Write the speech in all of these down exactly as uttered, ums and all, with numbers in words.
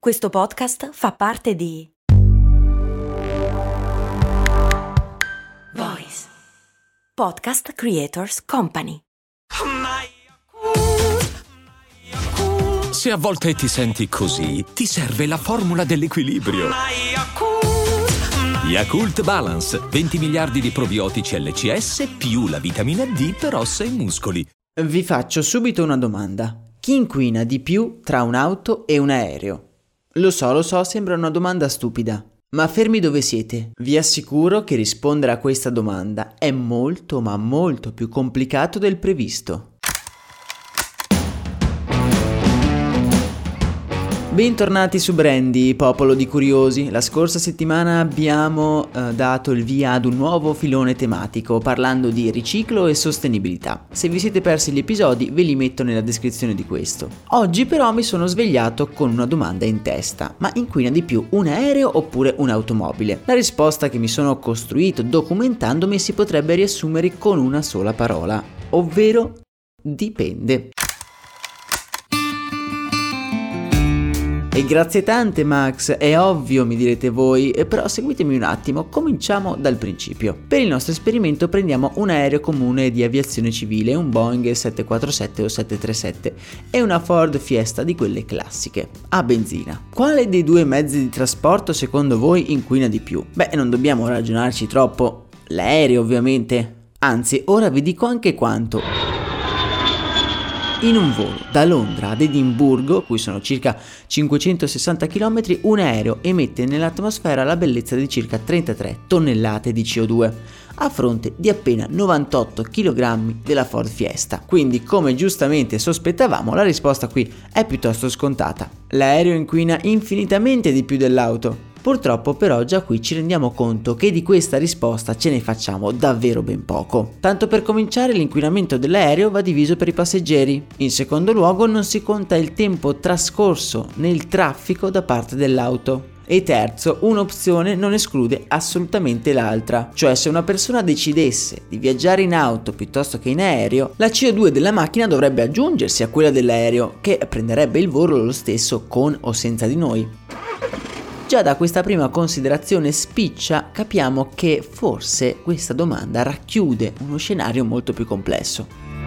Questo podcast fa parte di Voice Podcast Creators Company. Se a volte ti senti così, ti serve la formula dell'equilibrio. Yakult Balance, venti miliardi di probiotici L C S più la vitamina D per ossa e muscoli. Vi faccio subito una domanda. Chi inquina di più tra un'auto e un aereo? Lo so, lo so, sembra una domanda stupida. Ma fermi dove siete. Vi assicuro che rispondere a questa domanda è molto ma molto più complicato del previsto. Bentornati su Brandy, popolo di curiosi. La scorsa settimana abbiamo eh, dato il via ad un nuovo filone tematico parlando di riciclo e sostenibilità. Se vi siete persi gli episodi ve li metto nella descrizione di questo. Oggi però mi sono svegliato con una domanda in testa: ma inquina di più un aereo oppure un'automobile? La risposta che mi sono costruito documentandomi si potrebbe riassumere con una sola parola, ovvero dipende. E grazie tante Max, è ovvio mi direte voi, però seguitemi un attimo, cominciamo dal principio. Per il nostro esperimento prendiamo un aereo comune di aviazione civile, un Boeing sette quattro sette o sette tre sette e una Ford Fiesta di quelle classiche, a benzina. Quale dei due mezzi di trasporto secondo voi inquina di più? Beh, non dobbiamo ragionarci troppo, l'aereo ovviamente, anzi ora vi dico anche quanto. In un volo da Londra ad Edimburgo, cui sono circa cinquecentosessanta chilometri, un aereo emette nell'atmosfera la bellezza di circa trentatré tonnellate di C O due, a fronte di appena novantotto chilogrammi della Ford Fiesta. Quindi, come giustamente sospettavamo, la risposta qui è piuttosto scontata. L'aereo inquina infinitamente di più dell'auto. Purtroppo però già qui ci rendiamo conto che di questa risposta ce ne facciamo davvero ben poco. Tanto per cominciare, l'inquinamento dell'aereo va diviso per i passeggeri. In secondo luogo non si conta il tempo trascorso nel traffico da parte dell'auto. E terzo, un'opzione non esclude assolutamente l'altra, cioè se una persona decidesse di viaggiare in auto piuttosto che in aereo, la C O due della macchina dovrebbe aggiungersi a quella dell'aereo, che prenderebbe il volo lo stesso con o senza di noi. Già da questa prima considerazione spiccia capiamo che forse questa domanda racchiude uno scenario molto più complesso.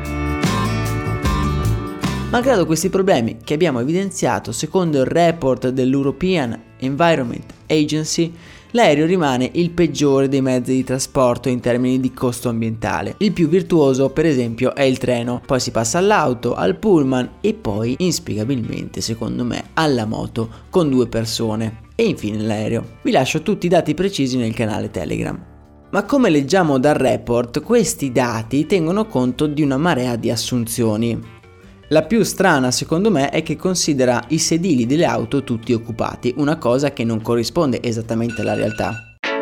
Malgrado questi problemi che abbiamo evidenziato, secondo il report dell'European Environment Agency, l'aereo rimane il peggiore dei mezzi di trasporto in termini di costo ambientale. Il più virtuoso, per esempio, è il treno, poi si passa all'auto, al pullman e poi, inspiegabilmente, secondo me, alla moto con due persone. E infine l'aereo. Vi lascio tutti i dati precisi nel canale Telegram. Ma come leggiamo dal report, questi dati tengono conto di una marea di assunzioni. La più strana secondo me è che considera i sedili delle auto tutti occupati, una cosa che non corrisponde esattamente alla realtà.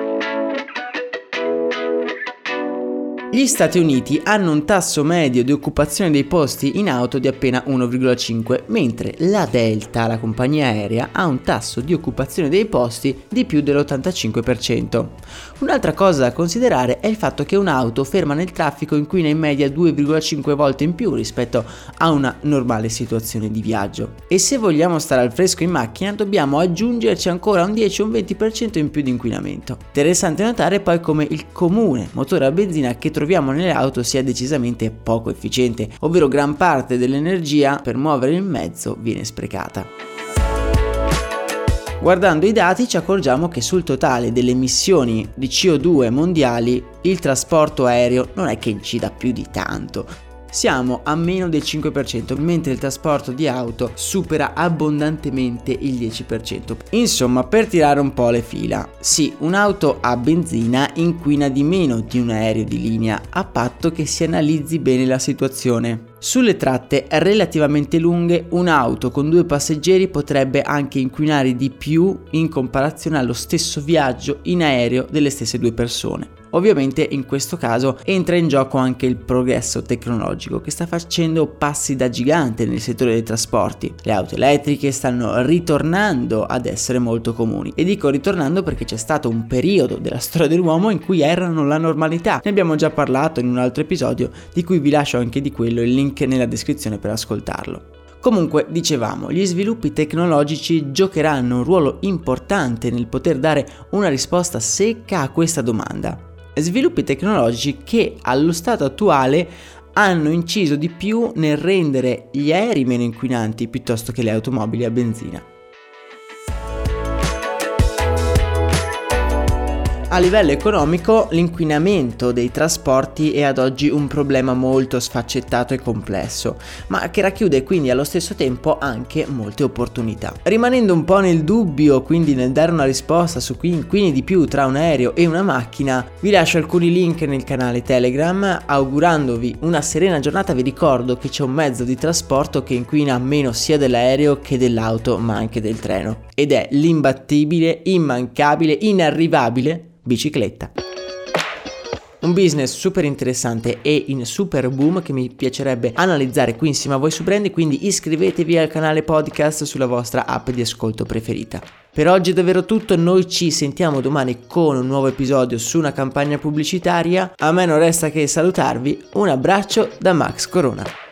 Gli Stati Uniti hanno un tasso medio di occupazione dei posti in auto di appena uno virgola cinque, mentre la Delta, la compagnia aerea, ha un tasso di occupazione dei posti di più dell'ottantacinque per cento. Un'altra cosa da considerare è il fatto che un'auto ferma nel traffico inquina in media due virgola cinque volte in più rispetto a una normale situazione di viaggio. E se vogliamo stare al fresco in macchina dobbiamo aggiungerci ancora un dieci o un venti per cento in più di inquinamento. Interessante notare poi come il comune motore a benzina che troviamo troviamo nelle auto sia decisamente poco efficiente, ovvero gran parte dell'energia per muovere il mezzo viene sprecata. Guardando i dati ci accorgiamo che sul totale delle emissioni di C O due mondiali il trasporto aereo non è che incida più di tanto. Siamo a meno del cinque per cento, mentre il trasporto di auto supera abbondantemente il dieci per cento. Insomma, per tirare un po' le fila, sì, un'auto a benzina inquina di meno di un aereo di linea, a patto che si analizzi bene la situazione. Sulle tratte relativamente lunghe, un'auto con due passeggeri potrebbe anche inquinare di più in comparazione allo stesso viaggio in aereo delle stesse due persone. Ovviamente in questo caso entra in gioco anche il progresso tecnologico che sta facendo passi da gigante nel settore dei trasporti. Le auto elettriche stanno ritornando ad essere molto comuni, e dico ritornando perché c'è stato un periodo della storia dell'uomo in cui erano la normalità. Ne abbiamo già parlato in un altro episodio, di cui vi lascio anche di quello il link nella descrizione per ascoltarlo. Comunque, dicevamo, gli sviluppi tecnologici giocheranno un ruolo importante nel poter dare una risposta secca a questa domanda. Sviluppi tecnologici che allo stato attuale hanno inciso di più nel rendere gli aerei meno inquinanti piuttosto che le automobili a benzina. A livello economico, l'inquinamento dei trasporti è ad oggi un problema molto sfaccettato e complesso, ma che racchiude quindi allo stesso tempo anche molte opportunità. Rimanendo un po' nel dubbio, quindi nel dare una risposta su chi inquini di più tra un aereo e una macchina, vi lascio alcuni link nel canale Telegram. Augurandovi una serena giornata, vi ricordo che c'è un mezzo di trasporto che inquina meno sia dell'aereo che dell'auto, ma anche del treno, ed è l'imbattibile, immancabile, inarrivabile bicicletta. Un business super interessante e in super boom che mi piacerebbe analizzare qui insieme a voi su Brandy, quindi iscrivetevi al canale podcast sulla vostra app di ascolto preferita. Per oggi è davvero tutto, noi ci sentiamo domani con un nuovo episodio su una campagna pubblicitaria. A me non resta che salutarvi, un abbraccio da Max Corona.